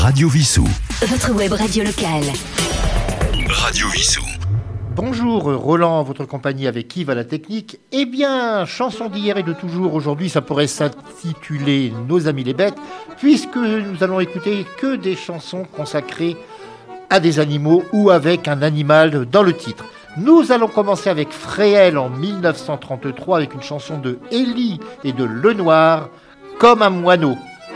Radio Vissou. Votre web radio locale. Radio Vissou. Bonjour, Roland, votre compagnie avec Yves à la technique. Eh bien, chanson d'hier et de toujours, aujourd'hui, ça pourrait s'intituler Nos amis les bêtes, puisque nous allons écouter que des chansons consacrées à des animaux ou avec un animal dans le titre. Nous allons commencer avec Fréhel en 1933 avec une chanson de Élie et de Lenoir, Comme un moineau.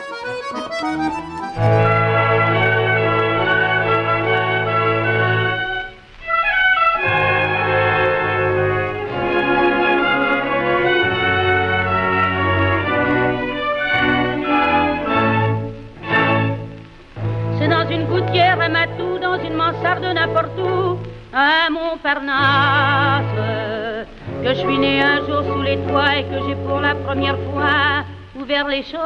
C'est dans une gouttière, un matou, dans une mansarde n'importe où, à Montparnasse, que je suis né un jour sous les toits et que j'ai pour la première fois ouvert les choses.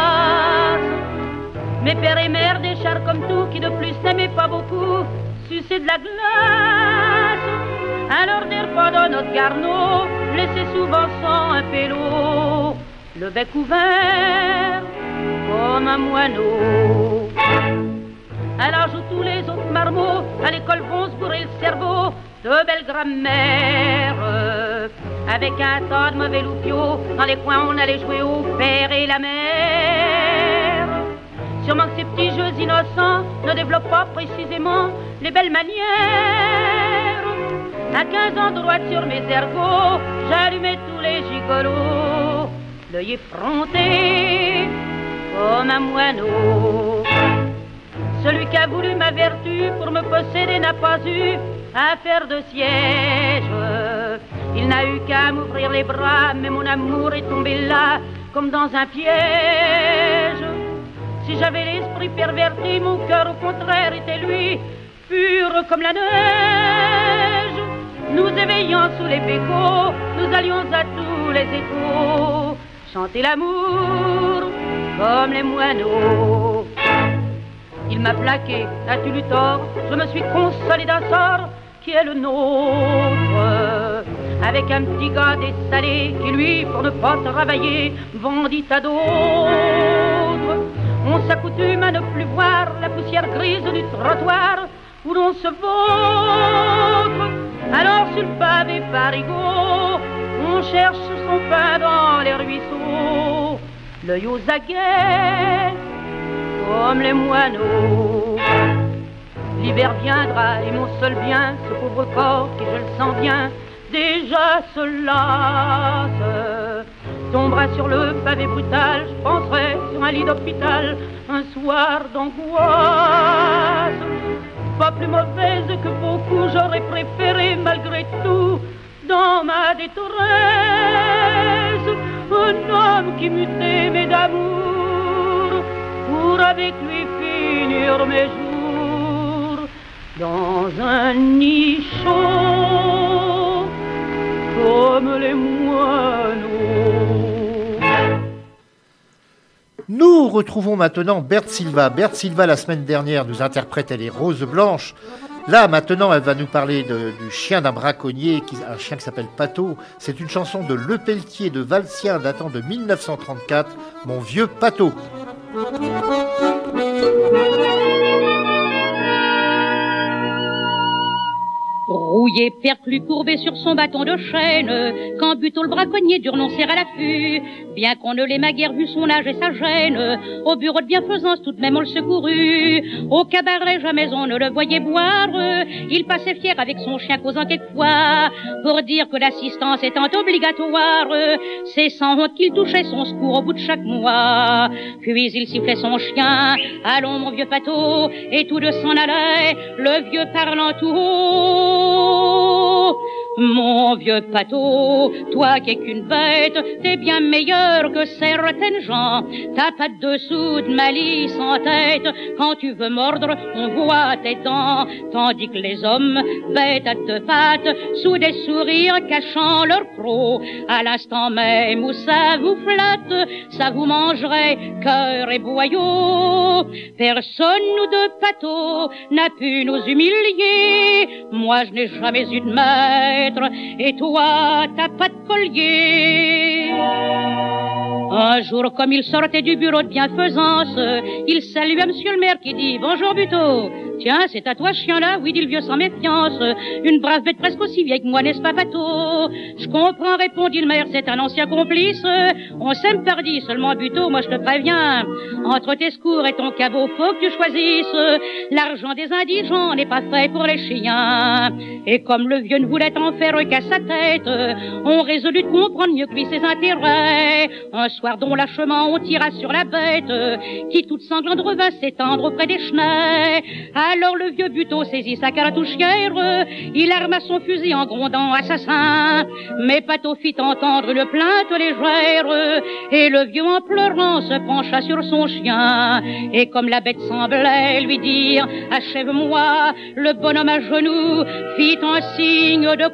Mes pères et mères, des chars comme tout, qui de plus n'aimaient pas beaucoup sucer de la glace. Alors des repas dans notre garnot laissaient souvent sans un pélo, le bec ouvert comme un moineau. Alors où tous les autres marmots à l'école vont se bourrer le cerveau de belles grammaires, avec un tas de mauvais loupiaux, dans les coins on allait jouer au père et la mère. Sûrement que ces petits jeux innocents ne développent pas précisément les belles manières. À 15 ans, droite sur mes ergots, j'allumais tous les gigolos, l'œil effronté comme un moineau. Celui qui a voulu ma vertu pour me posséder n'a pas eu à faire de siège. Il n'a eu qu'à m'ouvrir les bras, mais mon amour est tombé là comme dans un piège. Si j'avais l'esprit perverti, mon cœur au contraire était lui, pur comme la neige. Nous éveillant sous les pécots, nous allions à tous les échos chanter l'amour comme les moineaux. Il m'a plaqué, as-tu lu tort? Je me suis consolé d'un sort qui est le nôtre, avec un petit gars dessalé qui lui, pour ne pas travailler, vendit à d'autres. On s'accoutume à ne plus voir la poussière grise du trottoir où l'on se vautre. Alors sur le pavé parigot, on cherche son pain dans les ruisseaux, l'œil aux aguets comme les moineaux. L'hiver viendra et mon seul bien, ce pauvre corps qui, je le sens bien, déjà se lasse, tombera sur le pavé brutal. Je penserai sur un lit d'hôpital un soir d'angoisse. Pas plus mauvaise que beaucoup, j'aurais préféré malgré tout, dans ma détresse, un homme qui m'eût aimé d'amour, pour avec lui finir mes jours dans un nid chaud comme les moineaux. Nous retrouvons maintenant Berthe Silva. Berthe Silva, la semaine dernière, nous interprétait les Roses Blanches. Là, maintenant, elle va nous parler du chien d'un braconnier, un chien qui s'appelle Pato. C'est une chanson de Le Pelletier de Valsien datant de 1934, Mon vieux Pato. Rouillé, perclus, courbé sur son bâton de chêne, quand Buteau le braconnier dur non serre à l'affût, bien qu'on ne l'aimât guère vu son âge et sa gêne, au bureau de bienfaisance tout de même on le secourut, au cabaret jamais on ne le voyait boire, il passait fier avec son chien causant quelquefois, pour dire que l'assistance étant obligatoire, c'est sans honte qu'il touchait son secours au bout de chaque mois, puis il sifflait son chien, allons mon vieux Pato, et tous deux s'en allaient, le vieux parlant tout haut. Mon vieux Pato, toi qui es qu'une bête, t'es bien meilleur que certaines gens. T'as pas de dessous de malice en tête, quand tu veux mordre, on voit tes dents. Tandis que les hommes, bêtes à deux pattes, sous des sourires cachant leurs crocs, à l'instant même où ça vous flatte, ça vous mangerait cœur et boyau. Personne, nous deux Pato, n'a pu nous humilier. Moi je n'ai jamais eu de maître, et toi t'as pas de collier. Un jour, comme il sortait du bureau de bienfaisance, il salua monsieur le maire qui dit « Bonjour Buteau ». « Tiens, c'est à toi ce chien-là ?» Oui, dit le vieux sans méfiance. « Une brave bête presque aussi vieille que moi, n'est-ce pas, Pato ?»« Je comprends, répondit le maire, c'est un ancien complice. On s'aime pardi, seulement Buteau, moi je te préviens. Entre tes secours et ton cabot, faut que tu choisisses. L'argent des indigents n'est pas fait pour les chiens. » Et comme le vieux ne voulait en faire qu'à sa tête, on résolut de comprendre mieux que lui ses intérêts. Un soir dont lâchement on tira sur la bête, qui toute sanglante revint s'étendre auprès des chenets. Alors le vieux Buteau saisit sa cartouchière, il arma son fusil en grondant assassin. Mais Pato fit entendre une plainte légère, et le vieux en pleurant se pencha sur son chien. Et comme la bête semblait lui dire « Achève-moi », le bonhomme à genoux fit un signe de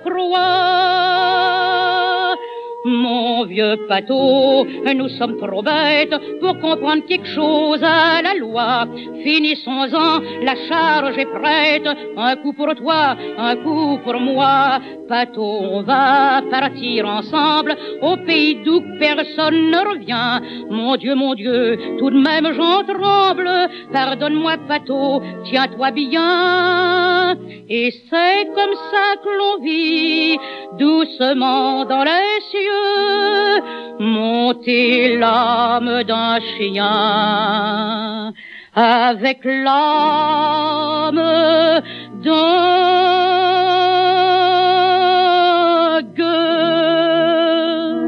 croix. Mon vieux Pato, nous sommes trop bêtes pour comprendre quelque chose à la loi. Finissons-en, la charge est prête. Un coup pour toi, un coup pour moi. Pato, on va partir ensemble au pays d'où personne ne revient. Mon Dieu, tout de même j'en tremble. Pardonne-moi Pato, tiens-toi bien. Et c'est comme ça que l'on vit doucement dans les cieux. Monter l'âme d'un chien avec l'âme d'un gueux.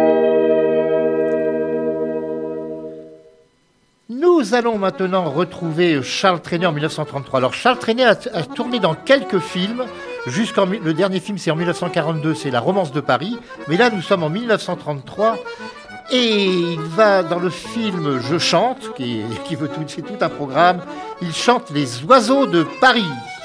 Nous allons maintenant retrouver Charles Trenet en 1933. Alors Charles Trenet a tourné dans quelques films. Le dernier film, c'est en 1942, c'est La Romance de Paris. Mais là, nous sommes en 1933. Et il va dans le film Je chante, c'est tout un programme. Il chante Les oiseaux de Paris.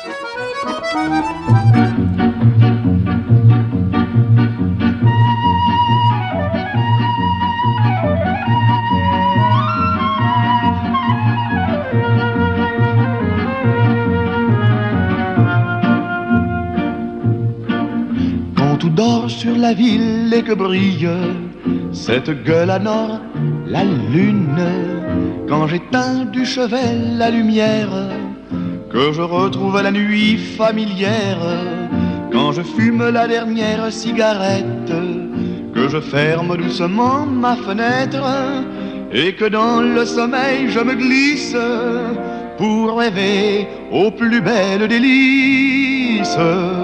Tout dort sur la ville et que brille cette gueule à nord, la lune. Quand j'éteins du chevet la lumière, que je retrouve la nuit familière. Quand je fume la dernière cigarette, que je ferme doucement ma fenêtre, et que dans le sommeil je me glisse pour rêver aux plus belles délices.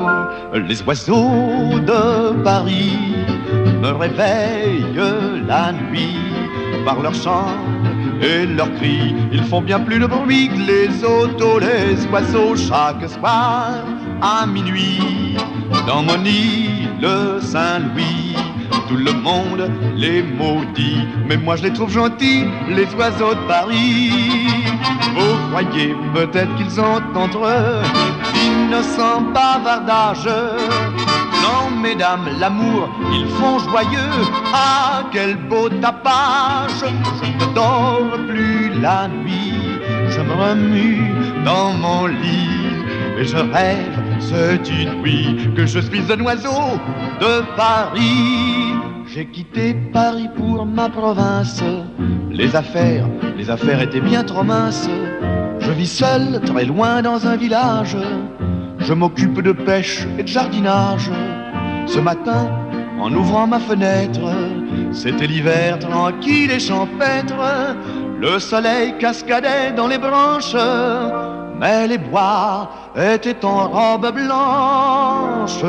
Les oiseaux de Paris me réveillent la nuit par leur chant et leurs cris. Ils font bien plus de bruit que les autos, les oiseaux. Chaque soir à minuit, dans mon île Saint-Louis, tout le monde les maudit, mais moi je les trouve gentils, les oiseaux de Paris. Vous croyez peut-être qu'ils ont entre eux d'innocents bavardages. Non, mesdames, l'amour, ils font joyeux. Ah, quel beau tapage. Je ne dors plus la nuit, je me remue dans mon lit et je rêve cette nuit que je suis un oiseau de Paris. J'ai quitté Paris pour ma province. Les affaires étaient bien trop minces. Je vis seul, très loin dans un village. Je m'occupe de pêche et de jardinage. Ce matin, en ouvrant ma fenêtre, c'était l'hiver tranquille et champêtre. Le soleil cascadait dans les branches, mais les bois étaient en robe blanche.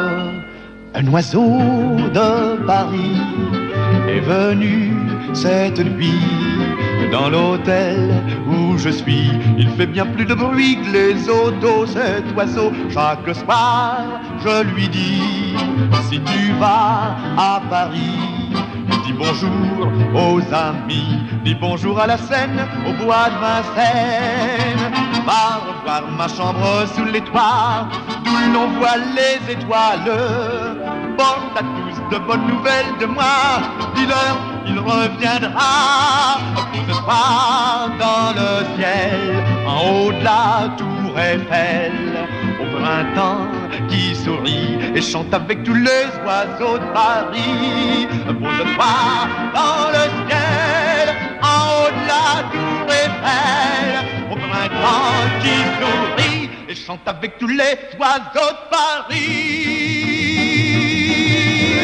Un oiseau de Paris est venu cette nuit dans l'hôtel où je suis. Il fait bien plus de bruit que les autos, cet oiseau. Chaque soir, je lui dis, si tu vas à Paris, dis bonjour aux amis, dis bonjour à la Seine, au bois de Vincennes. Va revoir ma chambre sous les toits, d'où l'on voit les étoiles. Porte à tous de bonnes nouvelles de moi, dis-leur, il reviendra. Pose-toi dans le ciel, en haut de la tour Eiffel, au printemps qui sourit et chante avec tous les oiseaux de Paris. Pose-toi dans le ciel, un grand qui sourit et chante avec tous les oiseaux de Paris.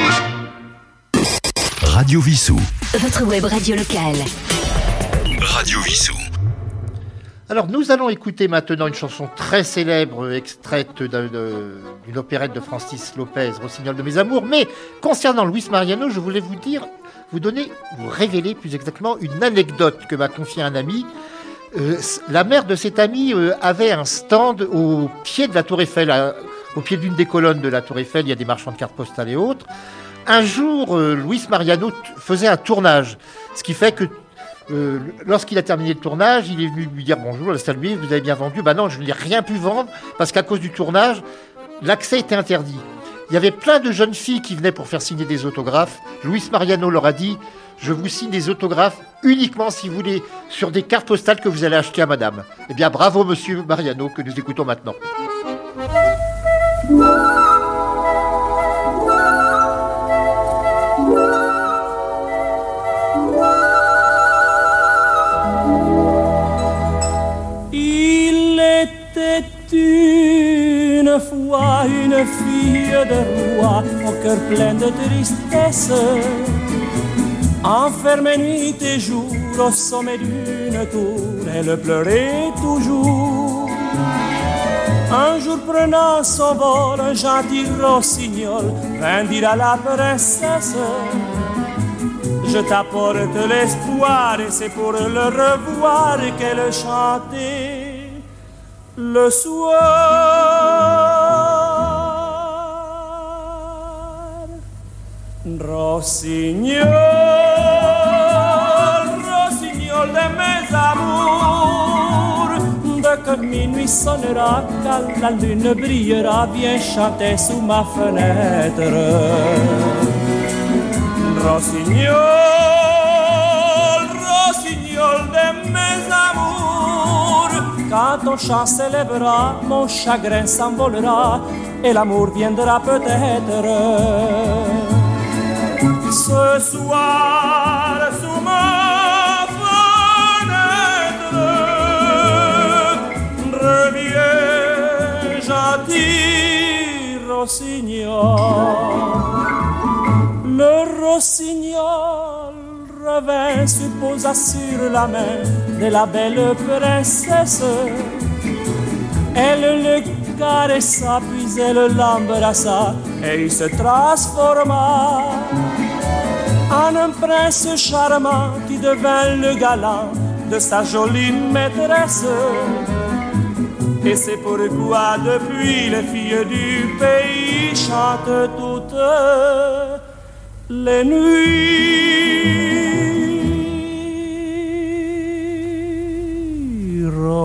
Radio Vissou. Votre web radio locale. Radio Vissou. Alors, nous allons écouter maintenant une chanson très célèbre, extraite d'une opérette de Francis Lopez, Rossignol de mes amours. Mais concernant Luis Mariano, je voulais vous révéler plus exactement une anecdote que m'a confiée un ami. La mère de cet ami avait un stand au pied de la Tour Eiffel, au pied d'une des colonnes de la Tour Eiffel. Il y a des marchands de cartes postales et autres. Un jour, Luis Mariano faisait un tournage, ce qui fait que lorsqu'il a terminé le tournage, il est venu lui dire bonjour, salut, vous avez bien vendu? Non, je n'ai rien pu vendre parce qu'à cause du tournage, l'accès était interdit. Il y avait plein de jeunes filles qui venaient pour faire signer des autographes. Luis Mariano leur a dit, je vous signe des autographes uniquement si vous voulez sur des cartes postales que vous allez acheter à madame. Eh bien, bravo monsieur Mariano que nous écoutons maintenant. Une fois une fille de roi au cœur plein de tristesse, enfermée nuit et jour au sommet d'une tour, elle pleurait toujours. Un jour prenant son vol, un gentil rossignol vint dire à la princesse, je t'apporte l'espoir et c'est pour le revoir qu'elle chantait le soir. Rossignol, rossignol de mes amours, dès que minuit sonnera, quand la lune brillera, viens chanter sous ma fenêtre. Rossignol, rossignol de mes amours, quand ton chant s'élèvera, mon chagrin s'envolera et l'amour viendra peut-être. Ce soir, sous ma fenêtre, reviens gentil rossignol. Le rossignol revint, se posa sur la main de la belle princesse. Elle le caressa, puis elle l'embrassa et il se transforma en un prince charmant qui devint le galant de sa jolie maîtresse. Et c'est pourquoi depuis les filles du pays chantent toutes les nuits.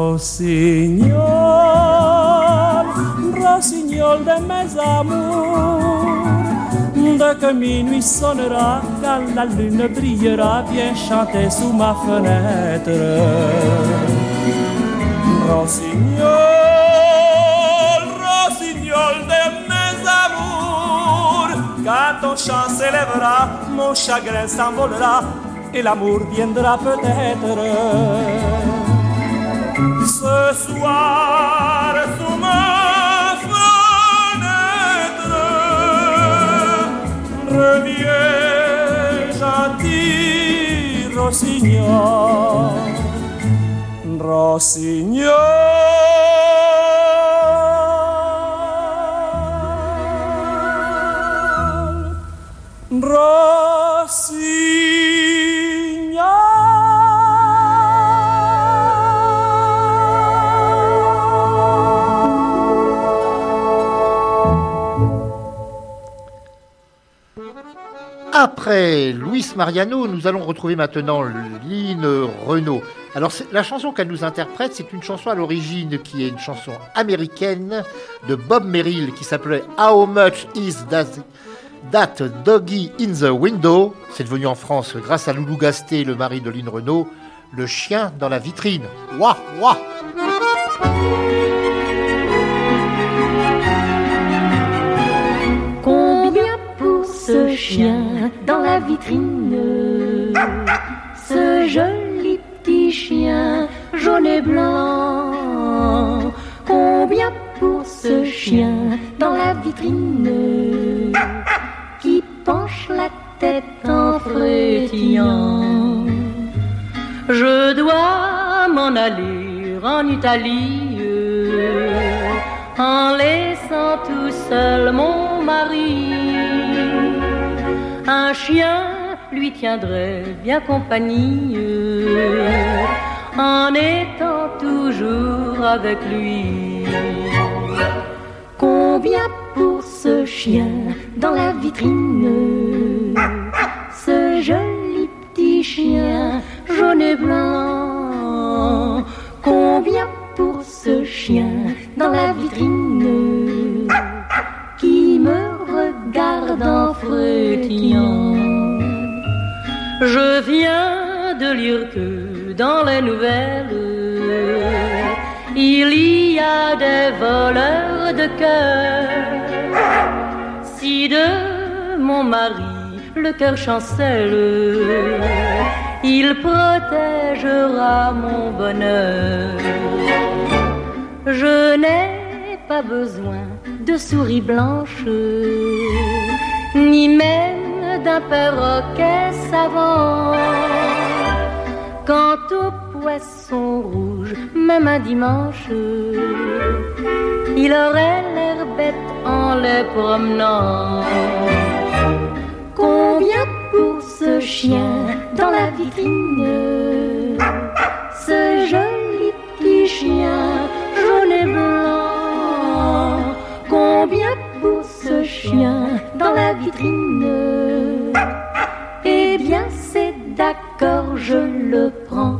Rossignol, rossignol de mes amours, dès que minuit sonnera, quand la lune brillera, viens chanter sous ma fenêtre. Rossignol, rossignol de mes amours, quand ton chant s'élèvera, mon chagrin s'envolera et l'amour viendra peut-être. Ce soir, sous ma fenêtre, reviens gentil rossignol. Rossignol, rossignol. Après Luis Mariano, nous allons retrouver maintenant Lynn Renaud. Alors, la chanson qu'elle nous interprète, c'est une chanson à l'origine qui est une chanson américaine de Bob Merrill qui s'appelait How Much Is That Doggy in the Window. C'est devenu en France, grâce à Loulou Gasté, le mari de Lynn Renaud, le chien dans la vitrine. Ouah, ouah. Combien pour ce chien dans la vitrine, ce joli petit chien jaune et blanc, Combien pour ce chien dans la vitrine qui penche la tête en frétillant? Je dois m'en aller en Italie en laissant tout seul mon mari. Un chien lui tiendrait bien compagnie en étant toujours avec lui. Combien pour ce chien dans la vitrine, ce joli petit chien jaune et blanc? Combien pour ce chien dans la vitrine qui me regarde en frétillant? Je viens de lire que dans les nouvelles il y a des voleurs de cœur. Si de mon mari le cœur chancelle, il protégera mon bonheur. Je n'ai pas besoin de souris blanches, ni même d'un perroquet savant. Quant au poisson rouge, même un dimanche, il aurait l'air bête en les promenant. Combien pour ce chien dans la vitrine, ce joli petit chien jaune et blanc? Combien pour ce chien dans la vitrine? Eh bien c'est d'accord, je le prends.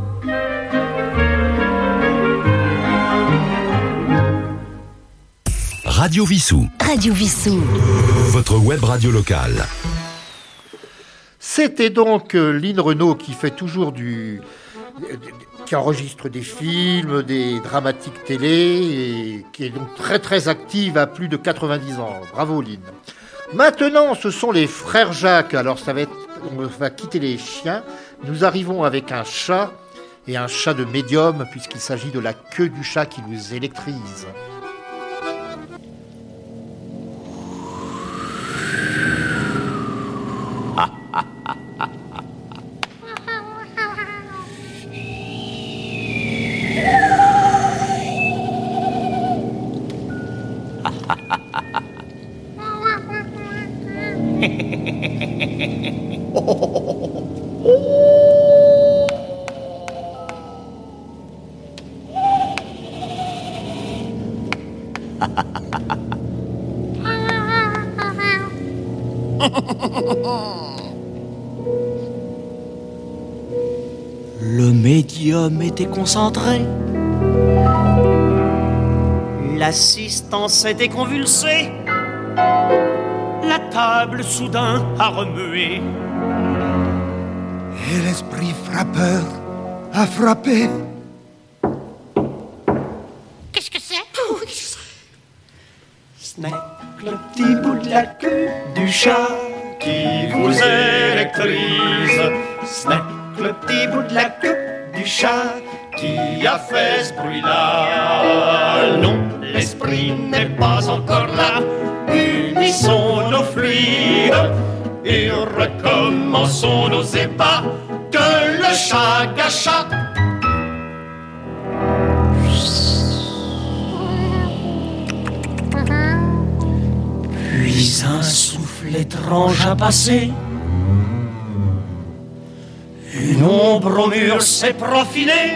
Radio Vissou. Radio Vissou. Votre web radio locale. C'était donc Lynn Renaud qui fait toujours qui enregistre des films, des dramatiques télé et qui est donc très très active à plus de 90 ans. Bravo Lynn. Maintenant, ce sont les frères Jacques. Alors on va quitter les chiens. Nous arrivons avec un chat et un chat de médium puisqu'il s'agit de la queue du chat qui nous électrise. Le médium était concentré, l'assistance était convulsée, la table soudain a remué. Et l'esprit frappeur a frappé. Qu'est-ce que c'est? Ce n'est que le petit bout de la queue du chat qui vous électrise. Ce n'est que le petit bout de la queue du chat qui a fait ce bruit-là. Non, l'esprit n'est pas encore là. Unissons nos fluides et recommençons nos ébats. Que le chat gâcha. Puis un souffle étrange a passé. Une ombre au mur s'est profilée.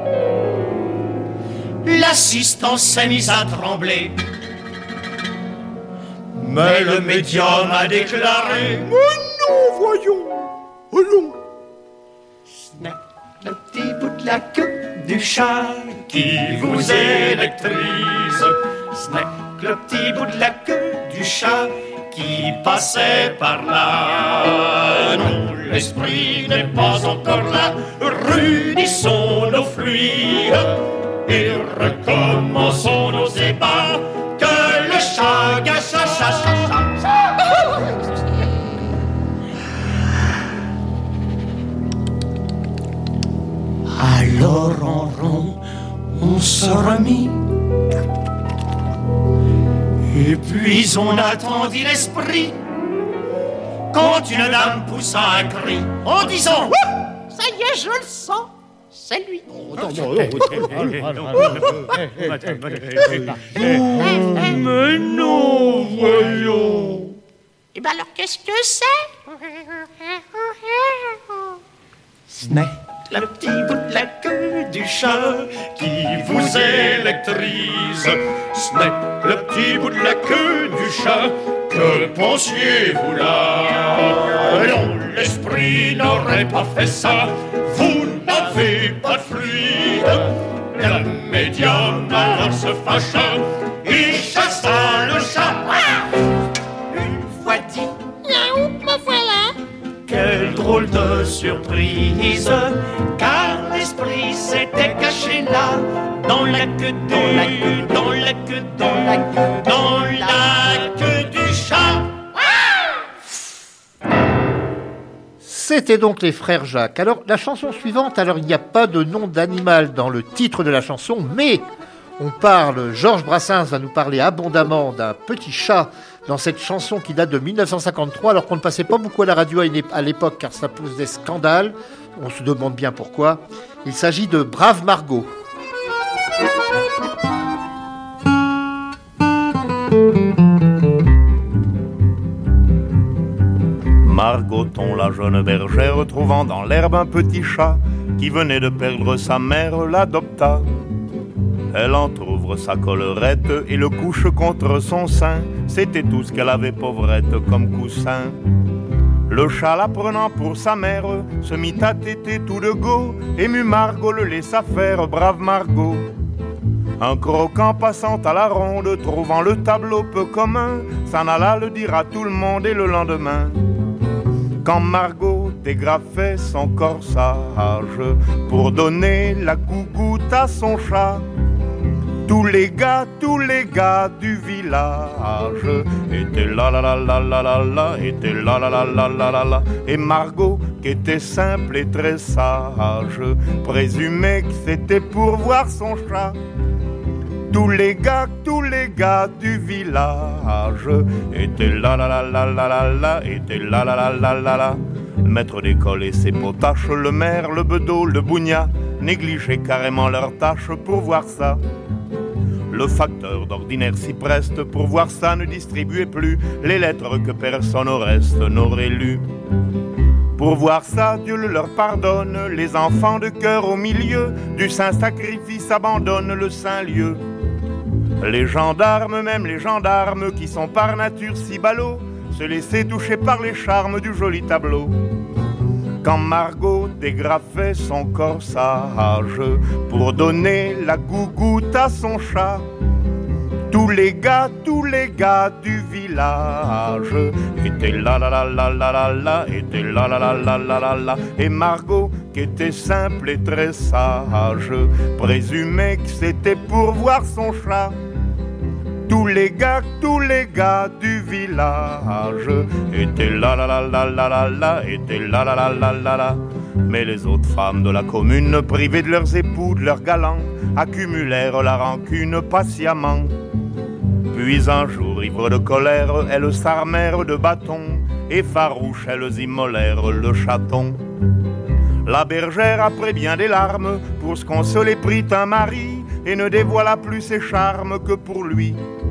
L'assistant s'est mise à trembler. Mais le médium a déclaré: Mais non, voyons. Oh non. Ce n'est que le petit bout de la queue du chat qui vous électrise. Ce n'est que le petit bout de la queue du chat qui passait par là. Non, l'esprit n'est pas encore là. Réunissons nos fluides et recommençons nos ébats. Que le chat gâcha, Alors en rond, on se remit. Et puis on attendit l'esprit quand une dame poussa un cri en disant « Ça y est, je le sens, c'est lui !» Mais non, voyons. Et ben alors qu'est-ce que c'est? Ce n'est le petit bout de la queue du chat qui vous électrise. Ce n'est le petit bout de la queue du chat. Que pensiez-vous là? Non, l'esprit n'aurait pas fait ça. Vous n'avez pas de fluide. Le médium alors se fâcha. Il chassa le chat. Une fois dit, miaou, me voilà. Quelle drôle de surprise, car l'esprit s'était caché là, dans la queue du, dans la queue, dans la queue, dans la queue du chat. C'était donc les frères Jacques. Alors, la chanson suivante, alors il n'y a pas de nom d'animal dans le titre de la chanson, mais on parle, Georges Brassens va nous parler abondamment d'un petit chat dans cette chanson qui date de 1953, alors qu'on ne passait pas beaucoup à la radio à l'époque, car ça pose des scandales. On se demande bien pourquoi. Il s'agit de Brave Margot. Margoton, la jeune bergère, trouvant dans l'herbe un petit chat qui venait de perdre sa mère, l'adopta. Elle entr'ouvre sa collerette et le couche contre son sein. C'était tout ce qu'elle avait, pauvrette, comme coussin. Le chat, la prenant pour sa mère, se mit à téter tout de go. Ému Margot le laissa faire, brave Margot. Un croquant passant à la ronde, trouvant le tableau peu commun, s'en alla le dire à tout le monde et le lendemain. Quand Margot dégrafait son corsage pour donner la gougoute à son chat, tous les gars du village étaient là la la la la la la, étaient là la la la la la la. Et Margot, qui était simple et très sage, présumait que c'était pour voir son chat. Tous les gars du village étaient là la la la la la la, étaient là la la la la la. Le maître d'école et ses potaches, le maire, le bedeau, le bougna, négligeaient carrément leurs tâches pour voir ça. Le facteur d'ordinaire s'y preste, pour voir ça ne distribuait plus les lettres que personne au reste n'aurait lues. Pour voir ça, Dieu le leur pardonne, les enfants de cœur au milieu du saint sacrifice abandonnent le saint lieu. Les gendarmes, même les gendarmes qui sont par nature si ballots, se laissaient toucher par les charmes du joli tableau. Quand Margot dégrafait son corsage pour donner la gougoute à son chat, tous les gars du village étaient là la la la la la la, étaient là la la la la la la. Et Margot, qui était simple et très sage, présumait que c'était pour voir son chat. Tous les gars du village étaient là la la la la la la, étaient là la la la la la. Mais les autres femmes de la commune, privées de leurs époux, de leurs galants, accumulèrent la rancune patiemment. Puis un jour, ivres de colère, elles s'armèrent de bâtons, et farouches, elles immolèrent le chaton. La bergère, après bien des larmes, pour se consoler prit un mari, et ne dévoila plus ses charmes que pour lui.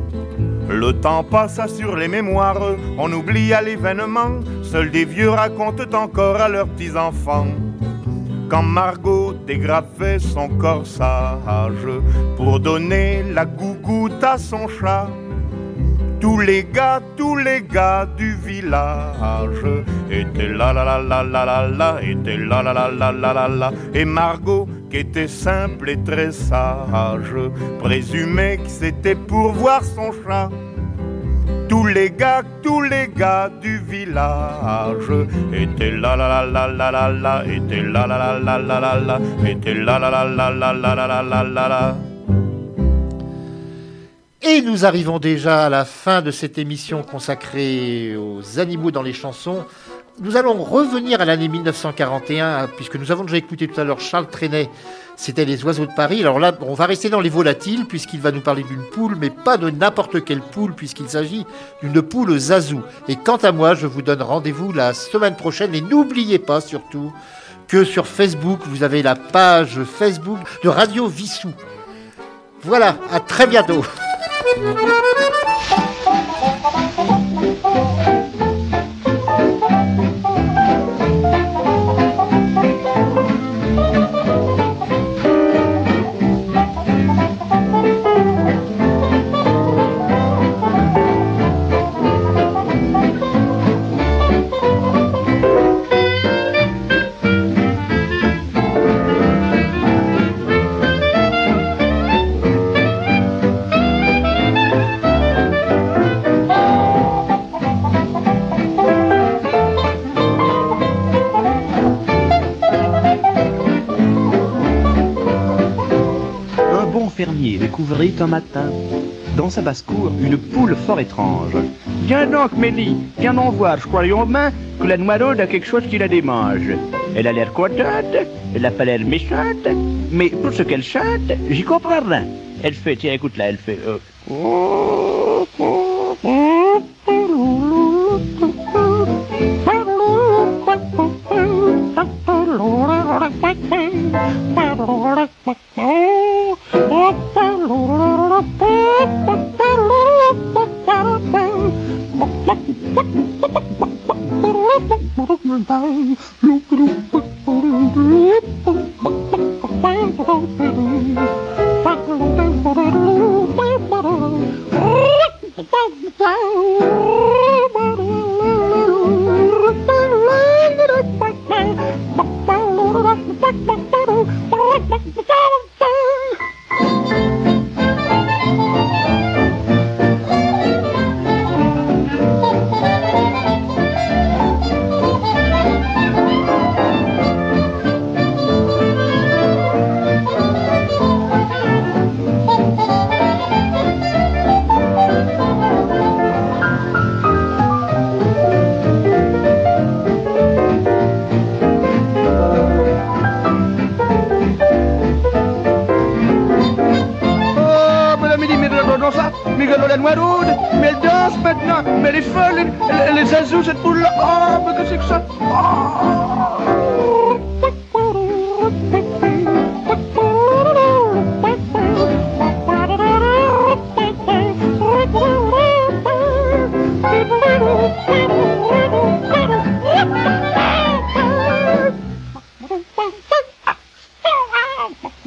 Le temps passa sur les mémoires, on oublia l'événement, seuls des vieux racontent encore à leurs petits-enfants. Quand Margot dégrafait son corsage pour donner la gougoute à son chat, tous les gars du village étaient là la la la la la la, étaient là la la la la la la. Et Margot, qui était simple et très sage, présumait que c'était pour voir son chat. Tous les gars du village étaient là la la la la la la, étaient là la la la la la la, étaient là la la la la la la la la la. Et nous arrivons déjà à la fin de cette émission consacrée aux animaux dans les chansons. nous allons revenir à l'année 1941, puisque nous avons déjà écouté tout à l'heure Charles Trenet, c'était les oiseaux de Paris. Alors là, on va rester dans les volatiles, puisqu'il va nous parler d'une poule, mais pas de n'importe quelle poule, puisqu'il s'agit d'une poule zazou. Et quant à moi, je vous donne rendez-vous la semaine prochaine, et n'oubliez pas surtout que sur Facebook, vous avez la page Facebook de Radio Vissou. Voilà, à très bientôt. Fermier découvrit un matin dans sa basse-cour une poule fort étrange. Viens donc, Mélie, viens donc voir, je crois demain que la noiraude a quelque chose qui la démange. Elle a l'air contente, elle n'a pas l'air méchante, mais pour ce qu'elle chante, j'y comprends rien. Elle fait, tiens, écoute là, elle fait... la noiraude, mais elle danse maintenant, mais elle est folle, elle est zazou cette poule-là. Oh, mais que c'est que ça?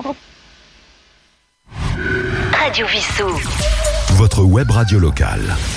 Radio Vissou. Votre web radio locale.